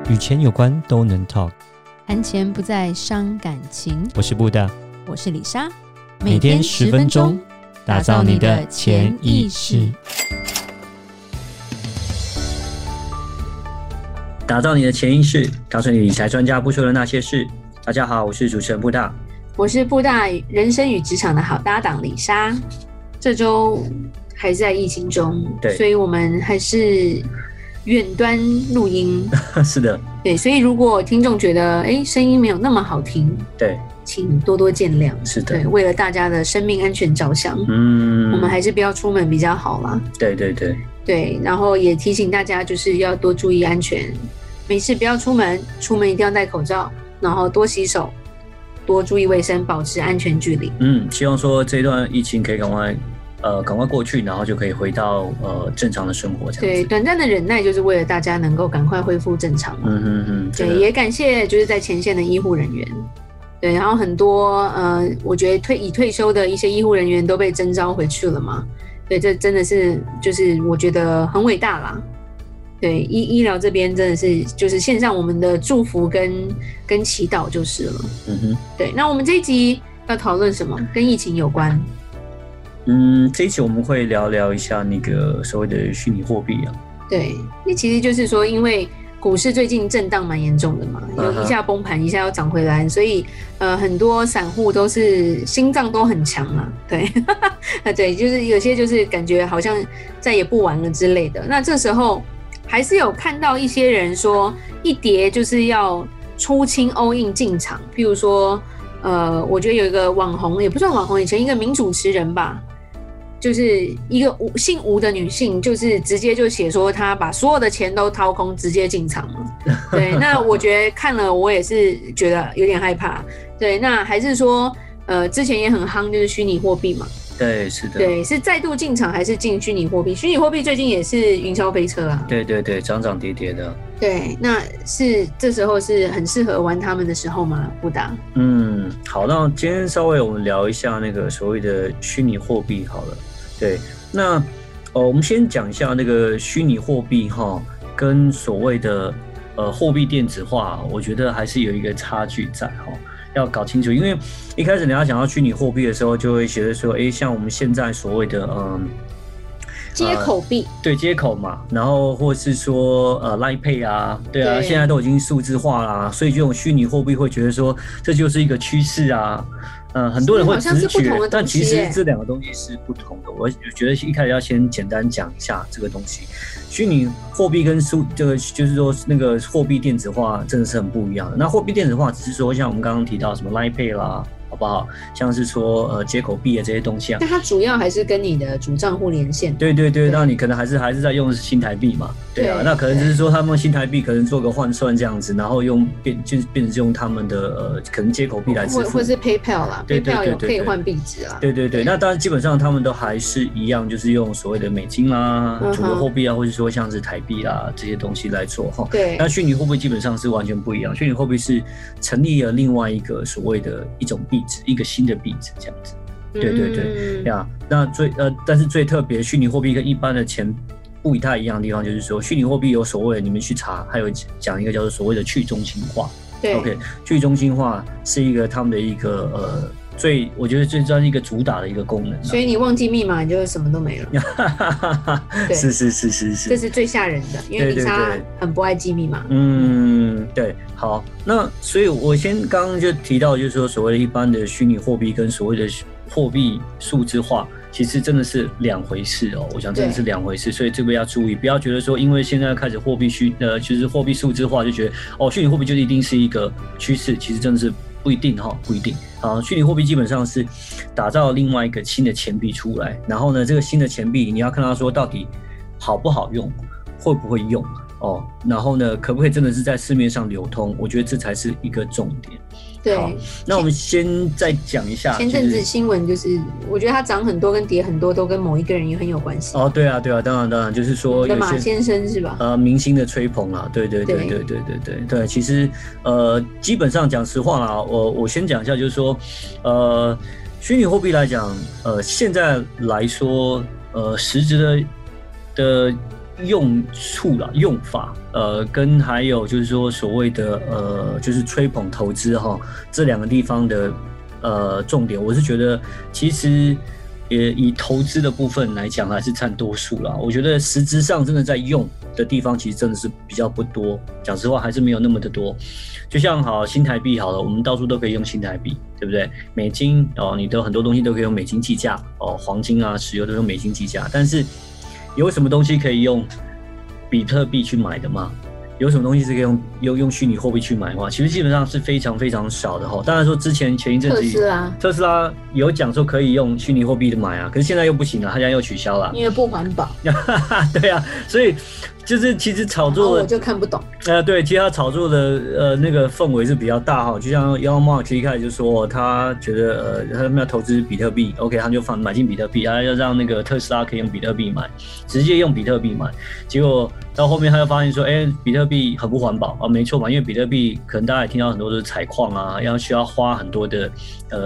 与钱有关都能 talk。 谈钱不再伤感情。 我是布大， 我是李莎， 每天10分钟，打造你的潜意识，打造你的潜意识，告诉你理财专家不说的那些事。大家好，我是主持人布大， 我是布大人生与职场的好搭档李莎。这周还是在疫情中， 对， 所以我们还是远端录音。 是的， 对，所以如果听众觉得声音没有那么好听， 对， 请多多见谅。 是的， 对，为了大家的生命安全着想，我们还是不要出门比较好啦。 对对对对，然后也提醒大家就是要多注意安全，没事不要出门，出门一定要戴口罩，然后多洗手，多注意卫生，保持安全距离。 希望说这段疫情可以赶快过去，然后就可以回到正常的生活这样子。 对，短暂的忍耐就是为了大家能够赶快恢复正常嘛。对，也感谢就是在前线的医护人员。对，然后很多我觉得已退休的一些医护人员都被征召回去了嘛。对，这真的是就是我觉得很伟大啦。对，医疗这边真的是就是献上我们的祝福跟祈祷就是了。对，那我们这一集要讨论什么？跟疫情有关。 这一期我们会聊一下那个所谓的虚拟货币啊。对， 那其实就是说，因为股市最近震荡蛮严重的嘛，有一下崩盘，一下要涨回来，所以很多散户都是心脏都很强嘛。对，对，就是有些就是感觉好像再也不玩了之类的。那这时候还是有看到一些人说，一跌就是要出清 all in 进场，譬如说我觉得有一个网红，也不算网红，以前一个名主持人吧。就是一个姓吴的女性，就是直接就写说她把所有的钱都掏空，直接进场了。对，那我觉得看了我也是觉得有点害怕。对，那还是说之前也很夯，就是虚拟货币嘛。 对，是的。 对，是再度进场还是进虚拟货币？虚拟货币最近也是云霄飞车啊。 对对对，涨涨跌跌的。 对，那是这时候是很适合玩他们的时候吗？不大。 好，那今天稍微我们聊一下那个所谓的虚拟货币好了。对，那我们先讲一下那个虚拟货币跟所谓的货币电子化，我觉得还是有一个差距在要搞清楚。因为一开始你要讲到虚拟货币的时候，就会觉得说，像我们现在所谓的接口币，对， 接口嘛，然后或是说Line Pay 啊，对啊，现在都已经数字化啦，所以这种虚拟货币会觉得说这就是一个趋势啊。很多人会直觉，但其实这两个东西是不同的。我觉得一开始要先简单讲一下这个东西。虚拟货币跟这个就是说那个货币电子化真的是很不一样的。那货币电子化只是说像我们刚刚提到什么 Line Pay 啦，好不好？像是说接口币的这些东西啊， 但它主要还是跟你的主账户连线。 对对对，那你可能还是在用新台币嘛，对啊，那可能就是说他们新台币可能做个换算这样子，然后变成用他们的可能接口币来支付， 或是 PayPal 啦， 对对对 PayPal 有可以换币值啦。 对对对，那当然基本上他们都还是一样，就是用所谓的美金啦、主流货币啊，或者说像是台币啊这些东西来做对， 那虚拟货币基本上是完全不一样，虚拟货币是成立了另外一个所谓的一种币值，一个新的币值这样子。对对对呀，那但是最特别，虚拟货币跟一般的钱不太一样的地方，就是说虚拟货币有所谓的，你们去查，还有讲一个叫做所谓的去中心化。 对 ，OK， 去中心化是一个他们的一个我觉得最重要一个主打的一个功能。 所以你忘记密码，你就什么都没了。 是， 这是最吓人的，因为李莎很不爱记密码。 对，好，那所以我刚刚就提到，就是说所谓的一般的虚拟货币跟所谓的货币数字化，其实真的是两回事哦。我想真的是两回事，所以这边要注意，不要觉得说因为现在开始就是货币数字化，就觉得虚拟货币就一定是一个趋势，其实真的是不一定不一定。虚拟货币基本上是打造另外一个新的钱币出来，然后呢，这个新的钱币你要看到说到底好不好用，会不会用然后呢，可不可以真的是在市面上流通？我觉得这才是一个重点。 对， 好，那我们先再讲一下。 前阵子新闻就是，我觉得它涨很多跟跌很多都跟某一个人也很有关系。 对啊，当然，就是说有些马先生是吧？ 明星的吹捧啦，对，其实基本上讲实话啦，我先讲一下，就是说虚拟货币来讲，现在来说，实质的用处啦、用法，跟还有就是说所谓的就是吹捧投资哈，这2个地方的重点，我是觉得其实也以投资的部分来讲还是占多数啦。我觉得实质上真的在用的地方其实真的是比较不多，讲实话还是没有那么的多。就像好新台币好了，我们到处都可以用新台币，对不对？美金你的很多东西都可以用美金计价黄金啊、石油都用美金计价，但是有什么东西可以用比特币去买的吗？有什么东西是可以用虚拟货币去买的话，其实基本上是非常非常少的哈。当然说前一阵子特斯拉有讲说可以用虚拟货币的买啊，可是现在又不行了，它现在又取消了， 因为不环保。 对啊，所以就是其实炒作我就看不懂。 对，其实他炒作的那个氛围是比较大哈，就像 Elon Musk 一开始就说他觉得他们要投资比特币 ，OK， 他就买进比特币，他要让那个特斯拉可以用比特币买，直接用比特币买，结果到后面他就发现说，比特币很不环保啊，没错嘛，因为比特币可能大家也听到很多都是采矿啊，需要花很多的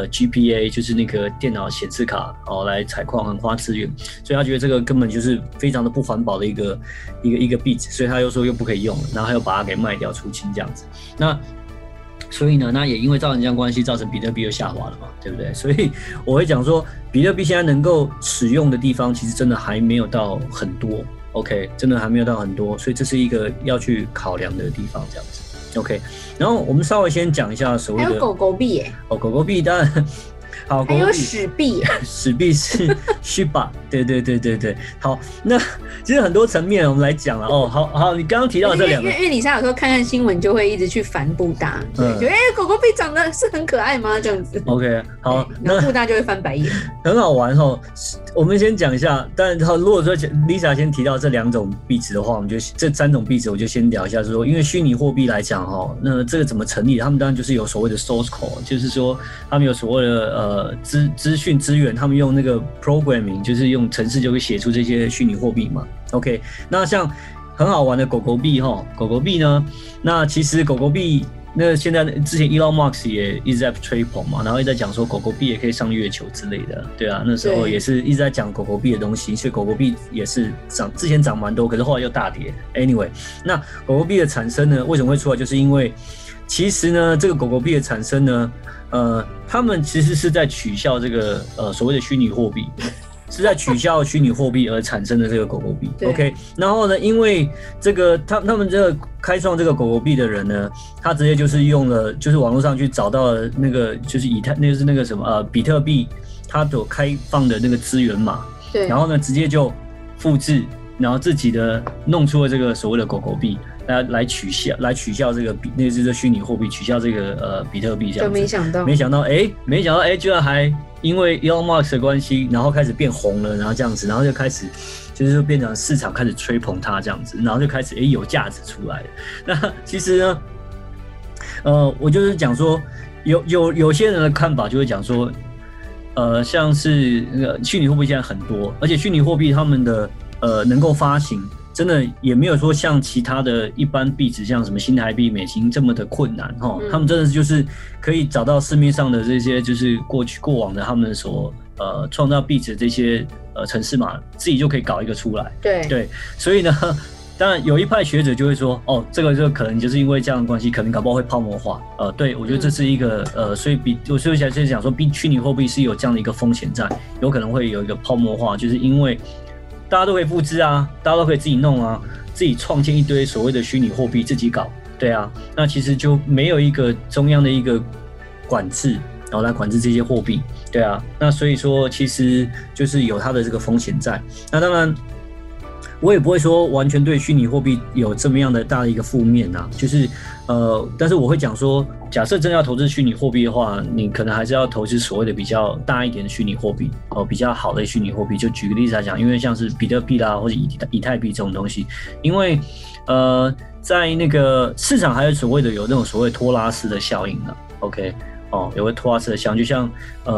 GPA， 就是那个电脑显示卡来采矿，很花资源，所以他觉得这个根本就是非常的不环保的一个币值，所以他又说又不可以用了，然后他又把它给卖掉出清这样子。那所以呢，那也因为造成这样关系，造成比特币又下滑了嘛，对不对？所以我会讲说，比特币现在能够使用的地方，其实真的还没有到很多。OK， 真的还没有到很多，所以这是一个要去考量的地方，这样子。OK， 然后我们稍微先讲一下所谓的还有狗狗币耶。 狗狗币当然。好， 还有史币， 史币是 Shiba， 对，好，那其实很多层面我们来讲了好，你刚刚提到的这2个， 因为李莎有时候看新闻就会一直去烦布大，对，就狗狗币长得是很可爱吗？这样子 ，OK， 好， 那布大就会翻白眼， 很好玩哦。我们先讲一下，但如果说 Lisa 先提到这2种币值的话，我们就这3种币值我就先聊一下，说因为虚拟货币来讲那这个怎么成立？他们当然就是有所谓的 source code， 就是说他们有所谓的资讯资源，他们用那个 programming， 就是用程式就会写出这些虚拟货币嘛。OK， 那像很好玩的狗狗币狗狗币呢，那其实狗狗币那现在之前 Elon Musk 也一直在吹捧嘛，然后一直在讲说狗狗币也可以上月球之类的，对啊，那时候也是一直在讲狗狗币的东西，所以狗狗币也是之前涨蛮多，可是后来又大跌。Anyway， 那狗狗币的产生呢，为什么会出来？就是因为其实呢，这个狗狗币的产生呢，他们其实是在取笑这个所谓的虚拟货币。是在取笑虚拟货币而产生的这个狗狗币 ，OK。然后呢，因为这个他们这个开创这个狗狗币的人呢，他直接就是用了，就是网络上去找到了那个就是那个什么比特币，它所开放的那个资源码， 对。 然后呢，直接就复制，然后自己的弄出了这个所谓的狗狗币，来取笑这个那是虚拟货币，取笑这个比特币这样子。 就没想到居然还因为 Elon Musk 的关系，然后开始变红了，然后这样子，然后就开始就是变成市场开始吹捧它这样子，然后就开始有价值出来了。那其实呢，我就是讲说，有些人的看法就会讲说，像是那个虚拟货币现在很多，而且虚拟货币他们的能够发行。真的也没有说像其他的一般币值，像什么新台币、美金这么的困难他们真的就是可以找到市面上的这些，就是过往的他们所创造币值的这些程式码，自己就可以搞一个出来。对，所以呢，当然有一派学者就会说，这个就可能就是因为这样的关系，可能搞不好会泡沫化。对，我觉得这是一个所以我所以才讲说，虚拟货币是有这样的一个风险在，有可能会有一个泡沫化，就是因为。大家都可以复制啊，大家都可以自己弄啊，自己创建一堆所谓的虚拟货币自己搞，对啊，那其实就没有一个中央的一个管制，然后来管制这些货币，对啊，那所以说其实就是有它的这个风险在。那当然，我也不会说完全对虚拟货币有这么样的大的一个负面啊，就是但是我会讲说，假设真的要投资虚拟货币的话，你可能还是要投资所谓的比较大一点的虚拟货币，比较好的虚拟货币。就举个例子来讲，因为像是比特币啦或者以太币这种东西，因为在那个市场还有所谓的有那种所谓托拉斯的效应啊 ，OK， 有个托拉斯的效应，就像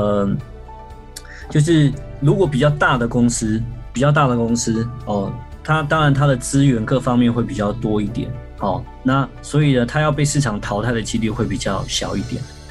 就是如果比较大的公司它当然它的资源各方面会比较多一点。那所以呢，它要被市场淘汰的几率会比较小一点。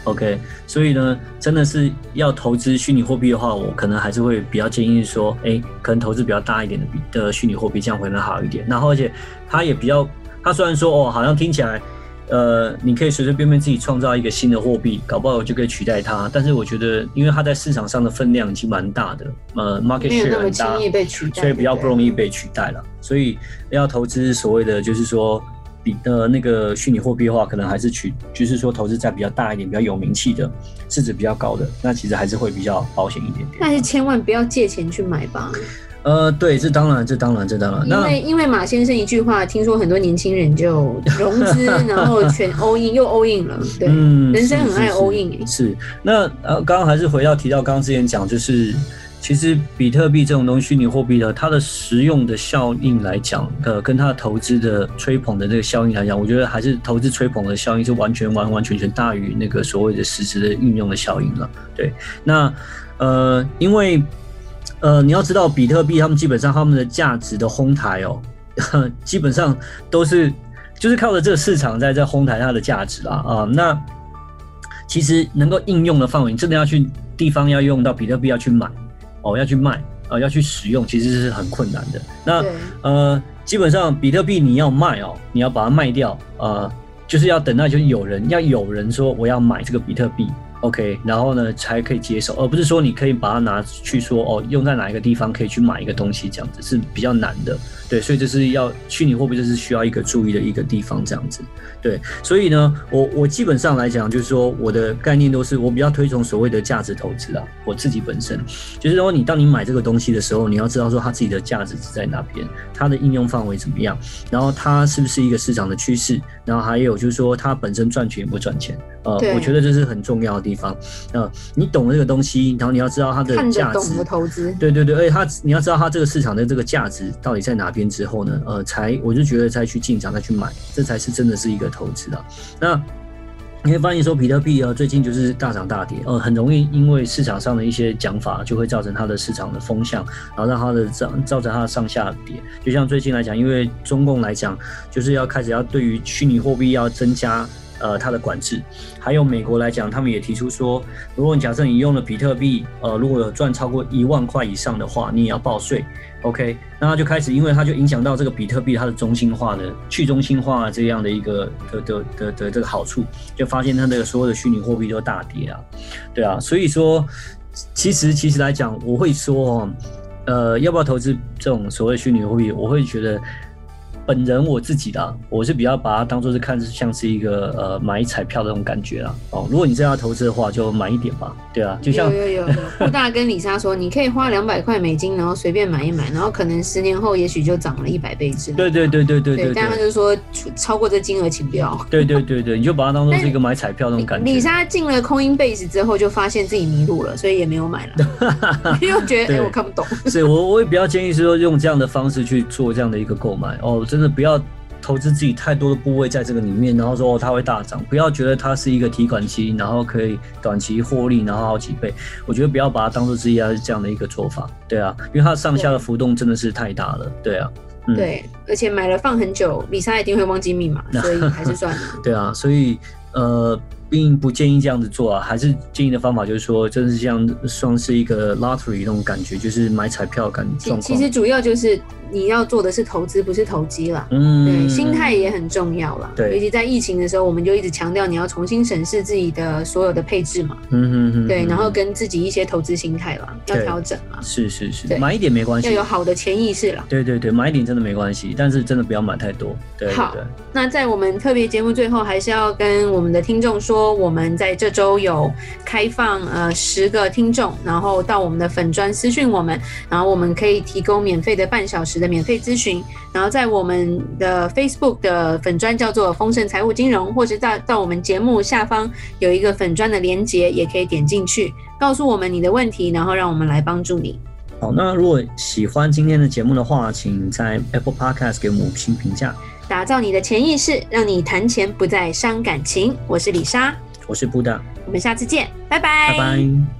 OK， 所以呢，真的是要投资虚拟货币的话，我可能还是会比较建议说，可能投资比较大一点的虚拟货币，这样会更好一点。然后而且它也比较，它虽然说好像听起来，你可以随随便便自己创造一个新的货币，搞不好就可以取代它。但是我觉得，因为它在市场上的分量已经蛮大的，market share 很大，所以比较不容易被取代了。所以要投资所谓的就是说。那个虚拟货币的话，可能还是就是说投资在比较大一点、比较有名气的、市值比较高的，那其实还是会比较保险一点点。 但是千万不要借钱去买吧。 对，这当然。 因为马先生一句话，听说很多年轻人就融资，然后全 all in 又 all in 了。对，人生很爱 all in。 是，那刚刚还是回到提到刚刚之前讲，就是。其实比特币这种东西，虚拟货币的它的实用的效应来讲，跟它的投资的吹捧的这个效应来讲，我觉得还是投资吹捧的效应是完全大于那个所谓的实质的运用的效应了。对，那因为你要知道，比特币他们基本上他们的价值的哄抬基本上都是就是靠着这个市场在哄抬它的价值啦那其实能够应用的范围，真的要去地方要用到比特币要去买。要去卖要去使用，其实是很困难的。那基本上比特币你要卖你要把它卖掉就是要等到就是有人说我要买这个比特币 ，OK， 然后呢才可以接受，而不是说你可以把它拿去说用在哪一个地方可以去买一个东西，这样子是比较难的。对，所以这是要虚拟货币，这是需要一个注意的一个地方，这样子。对，所以呢，我基本上来讲，就是说我的概念都是我比较推崇所谓的价值投资啊。我自己本身就是说，当你买这个东西的时候，你要知道说它自己的价值是在哪边，它的应用范围怎么样，然后它是不是一个市场的趋势，然后还有就是说它本身赚钱不赚钱。我觉得这是很重要的地方。你懂了这个东西，然后你要知道它的价值，看得懂的投资。 对，而且你要知道它这个市场的这个价值到底在哪边之后呢，我就觉得再去进场再去买，这才是真的是一个投资啊。那你会发现说，比特币最近就是大涨大跌，很容易因为市场上的一些讲法，就会造成它的市场的风向，然后让它的造成它的上下跌。就像最近来讲，因为中共来讲，就是要开始要对于虚拟货币要增加。它的管制，还有美国来讲，他们也提出说，如果你假设你用了比特币，如果有赚超过1万块以上的话，你也要报税 ，OK？ 那它就开始，因为它就影响到这个比特币它的中心化的去中心化这样的一个的这个好处，就发现它的所有的虚拟货币都大跌啊，对啊，所以说其实来讲，我会说要不要投资这种所谓虚拟货币，我会觉得。本人我自己的，我是比较把它当作是看像是一个买彩票的那种感觉啦。如果你真要投资的话，就买一点吧。对啊，就像有布大跟李莎说，你可以花200块美金，然后随便买一买，然后可能10年后也许就涨了100倍之类的。对，但他就说超过这金额请不要。对， 你就把它当作是一个买彩票那种感觉。 李莎进了 Coinbase 之后，就发现自己迷路了，所以也没有买了，因为觉得我看不懂。 是我也比较建议是说用这样的方式去做这样的一个购买真的不要投资自己太多的部位在这个里面，然后说它会大涨，不要觉得它是一个提款机，然后可以短期获利，然后好几倍。我觉得不要把它当作是这样的一个做法，对啊，因为它上下的浮动真的是太大了，对啊。 对，而且买了放很久，李莎一定会忘记密码，所以还是算了。 对啊，所以并不建议这样子做啊，还是建议的方法就是说，真的是像是一个 lottery 那种感觉，就是买彩票感状况。 其实主要就是你要做的是投资，不是投机啦。对，心态也很重要啦。对，尤其在疫情的时候，我们就一直强调你要重新审视自己的所有的配置嘛。对，然后跟自己一些投资心态啦，要调整嘛。 是，买一点没关系， 要有好的潜意识啦。 对，买一点真的没关系，但是真的不要买太多。对。 好，那在我们特别节目最后，还是要跟我们的听众说，我们在这周有开放10个听众，然后到我们的粉专私讯我们，然后我们可以提供免费的半小时的免费咨询，然后在我们的 Facebook 的粉专叫做丰盛财务金融，或是到我们节目下方有一个粉专的连结，也可以点进去告诉我们你的问题，然后让我们来帮助你。 好，那如果喜欢今天的节目的话，请在 Apple Podcast 给我们5星评价。 打造你的潜意识，让你谈钱不再伤感情。我是李莎， 我是布大， 我们下次见，拜拜。 拜拜。